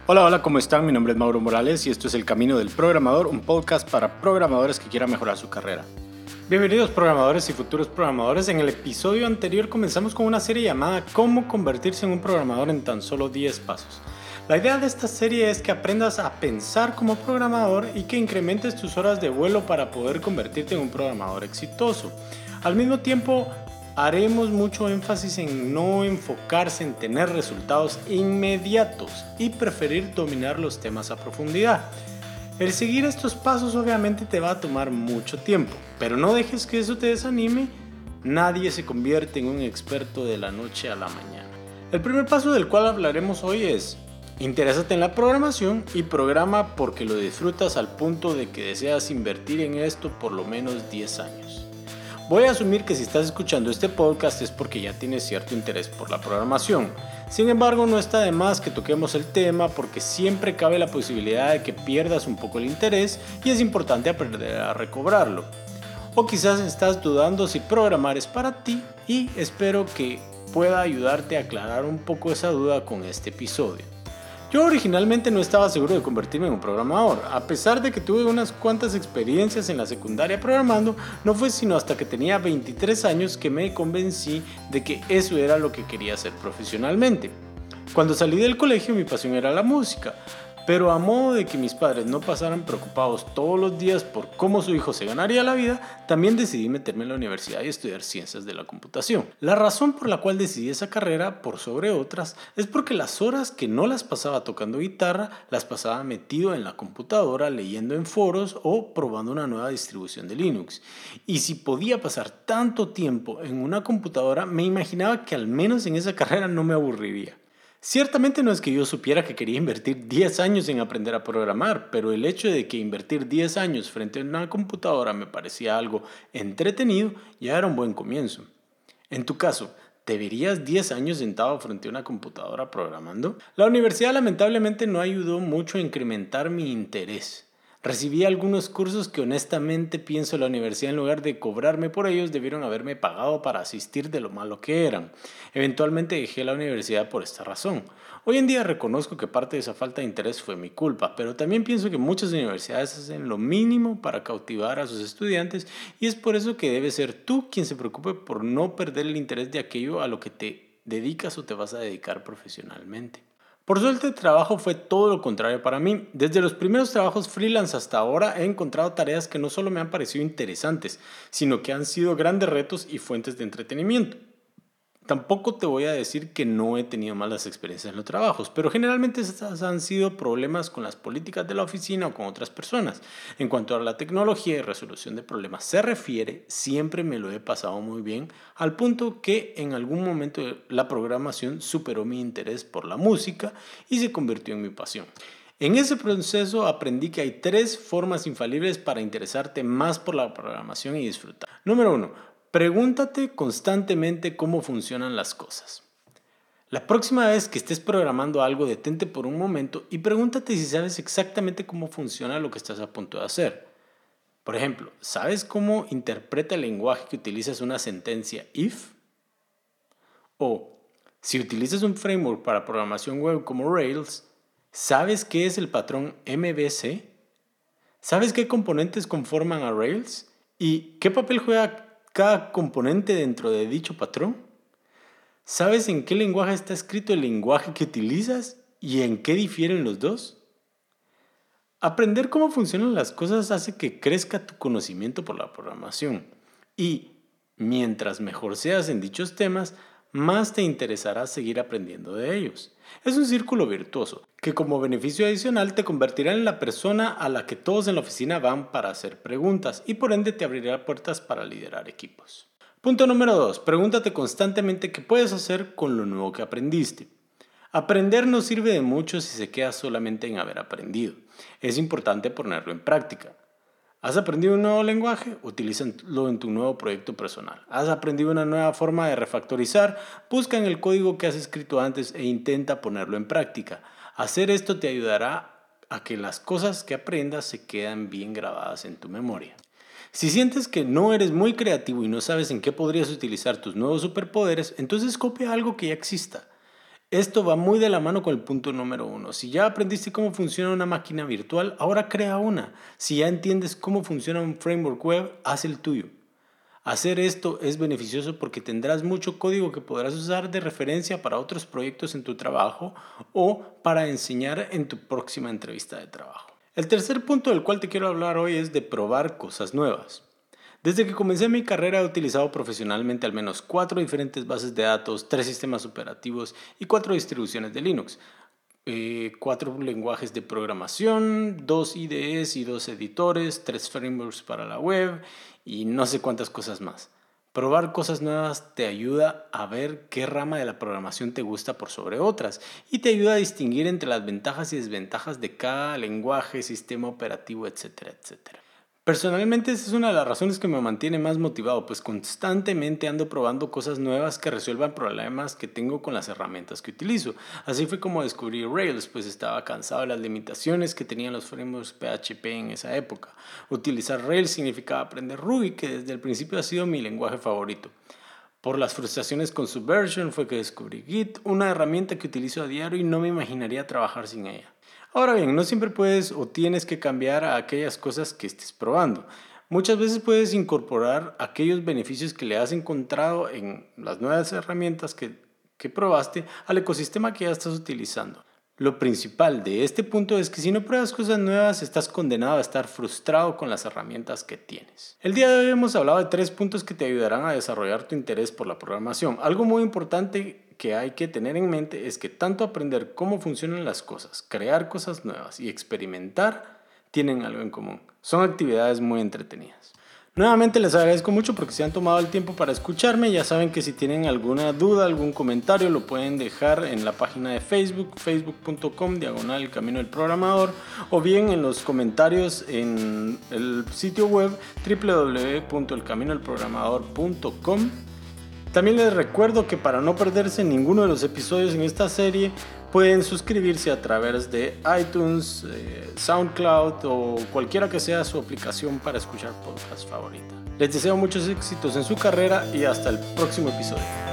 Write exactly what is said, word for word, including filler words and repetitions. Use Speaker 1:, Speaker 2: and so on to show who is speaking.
Speaker 1: Hola, hola, ¿cómo están? Mi nombre es Mauro Morales y esto es El Camino del Programador, un podcast para programadores que quieran mejorar su carrera. Bienvenidos programadores y futuros programadores. En el episodio anterior comenzamos con una serie llamada Cómo convertirse en un programador en tan solo diez pasos. La idea de esta serie es que aprendas a pensar como programador y que incrementes tus horas de vuelo para poder convertirte en un programador exitoso. Al mismo tiempo, haremos mucho énfasis en no enfocarse en tener resultados inmediatos y preferir dominar los temas a profundidad. El seguir estos pasos obviamente te va a tomar mucho tiempo, pero no dejes que eso te desanime. Nadie se convierte en un experto de la noche a la mañana. El primer paso del cual hablaremos hoy es: interésate en la programación y programa porque lo disfrutas al punto de que deseas invertir en esto por lo menos diez años. Voy a asumir que si estás escuchando este podcast es porque ya tienes cierto interés por la programación. Sin embargo, no está de más que toquemos el tema porque siempre cabe la posibilidad de que pierdas un poco el interés y es importante aprender a recobrarlo. O quizás estás dudando si programar es para ti y espero que pueda ayudarte a aclarar un poco esa duda con este episodio. Yo originalmente no estaba seguro de convertirme en un programador. A pesar de que tuve unas cuantas experiencias en la secundaria programando, no fue sino hasta que tenía veintitrés años que me convencí de que eso era lo que quería hacer profesionalmente. Cuando salí del colegio mi pasión era la música, pero a modo de que mis padres no pasaran preocupados todos los días por cómo su hijo se ganaría la vida, también decidí meterme en la universidad y estudiar ciencias de la computación. La razón por la cual decidí esa carrera por sobre otras es porque las horas que no las pasaba tocando guitarra, las pasaba metido en la computadora leyendo en foros o probando una nueva distribución de Linux. Y si podía pasar tanto tiempo en una computadora, me imaginaba que al menos en esa carrera no me aburriría. Ciertamente no es que yo supiera que quería invertir diez años en aprender a programar, pero el hecho de que invertir diez años frente a una computadora me parecía algo entretenido ya era un buen comienzo. En tu caso, ¿te verías diez años sentado frente a una computadora programando? La universidad lamentablemente no ayudó mucho a incrementar mi interés. Recibí algunos cursos que honestamente pienso la universidad, en lugar de cobrarme por ellos, debieron haberme pagado para asistir de lo malo que eran. Eventualmente dejé la universidad por esta razón. Hoy en día reconozco que parte de esa falta de interés fue mi culpa, pero también pienso que muchas universidades hacen lo mínimo para cautivar a sus estudiantes y es por eso que debes ser tú quien se preocupe por no perder el interés de aquello a lo que te dedicas o te vas a dedicar profesionalmente. Por suerte el trabajo fue todo lo contrario para mí. Desde los primeros trabajos freelance hasta ahora he encontrado tareas que no solo me han parecido interesantes, sino que han sido grandes retos y fuentes de entretenimiento. Tampoco te voy a decir que no he tenido malas experiencias en los trabajos, pero generalmente estas han sido problemas con las políticas de la oficina o con otras personas. En cuanto a la tecnología y resolución de problemas se refiere, siempre me lo he pasado muy bien, al punto que en algún momento la programación superó mi interés por la música y se convirtió en mi pasión. En ese proceso aprendí que hay tres formas infalibles para interesarte más por la programación y disfrutar. Número uno. Pregúntate constantemente cómo funcionan las cosas. La próxima vez que estés programando algo, detente por un momento y pregúntate si sabes exactamente cómo funciona lo que estás a punto de hacer. Por ejemplo, ¿sabes cómo interpreta el lenguaje que utilizas una sentencia if? O, si utilizas un framework para programación web como Rails, ¿sabes qué es el patrón M V C? ¿Sabes qué componentes conforman a Rails? ¿Y qué papel juega cada componente dentro de dicho patrón? ¿Sabes en qué lenguaje está escrito el lenguaje que utilizas y en qué difieren los dos? Aprender cómo funcionan las cosas hace que crezca tu conocimiento por la programación y mientras mejor seas en dichos temas, más te interesará seguir aprendiendo de ellos. Es un círculo virtuoso que como beneficio adicional te convertirá en la persona a la que todos en la oficina van para hacer preguntas y por ende te abrirá puertas para liderar equipos. Punto número dos. Pregúntate constantemente qué puedes hacer con lo nuevo que aprendiste. Aprender no sirve de mucho si se queda solamente en haber aprendido. Es importante ponerlo en práctica. ¿Has aprendido un nuevo lenguaje? Utilízalo en tu nuevo proyecto personal. ¿Has aprendido una nueva forma de refactorizar? Busca en el código que has escrito antes e intenta ponerlo en práctica. Hacer esto te ayudará a que las cosas que aprendas se queden bien grabadas en tu memoria. Si sientes que no eres muy creativo y no sabes en qué podrías utilizar tus nuevos superpoderes, entonces copia algo que ya exista. Esto va muy de la mano con el punto número uno. Si ya aprendiste cómo funciona una máquina virtual, ahora crea una. Si ya entiendes cómo funciona un framework web, haz el tuyo. Hacer esto es beneficioso porque tendrás mucho código que podrás usar de referencia para otros proyectos en tu trabajo o para enseñar en tu próxima entrevista de trabajo. El tercer punto del cual te quiero hablar hoy es de probar cosas nuevas. Desde que comencé mi carrera he utilizado profesionalmente al menos cuatro diferentes bases de datos, tres sistemas operativos y cuatro distribuciones de Linux, eh, cuatro lenguajes de programación, dos I D Es y dos editores, tres frameworks para la web y no sé cuántas cosas más. Probar cosas nuevas te ayuda a ver qué rama de la programación te gusta por sobre otras y te ayuda a distinguir entre las ventajas y desventajas de cada lenguaje, sistema operativo, etcétera, etcétera. Personalmente esa es una de las razones que me mantiene más motivado, pues constantemente ando probando cosas nuevas que resuelvan problemas que tengo con las herramientas que utilizo. Así fue como descubrí Rails, pues estaba cansado de las limitaciones que tenían los frameworks P H P en esa época. Utilizar Rails significaba aprender Ruby, que desde el principio ha sido mi lenguaje favorito. Por las frustraciones con Subversion fue que descubrí Git, una herramienta que utilizo a diario y no me imaginaría trabajar sin ella. Ahora bien, no siempre puedes o tienes que cambiar a aquellas cosas que estés probando. Muchas veces puedes incorporar aquellos beneficios que le has encontrado en las nuevas herramientas que, que probaste al ecosistema que ya estás utilizando. Lo principal de este punto es que si no pruebas cosas nuevas, estás condenado a estar frustrado con las herramientas que tienes. El día de hoy hemos hablado de tres puntos que te ayudarán a desarrollar tu interés por la programación. Algo muy importante que hay que tener en mente es que tanto aprender cómo funcionan las cosas, crear cosas nuevas y experimentar tienen algo en común. Son actividades muy entretenidas. Nuevamente les agradezco mucho porque se han tomado el tiempo para escucharme. Ya saben que si tienen alguna duda, algún comentario, lo pueden dejar en la página de Facebook, facebook punto com, diagonal el camino del programador, o bien en los comentarios en el sitio web doble u doble u doble u punto el camino del programador punto com. También les recuerdo que para no perderse ninguno de los episodios en esta serie, pueden suscribirse a través de iTunes, eh, SoundCloud o cualquiera que sea su aplicación para escuchar podcast favorita. Les deseo muchos éxitos en su carrera y hasta el próximo episodio.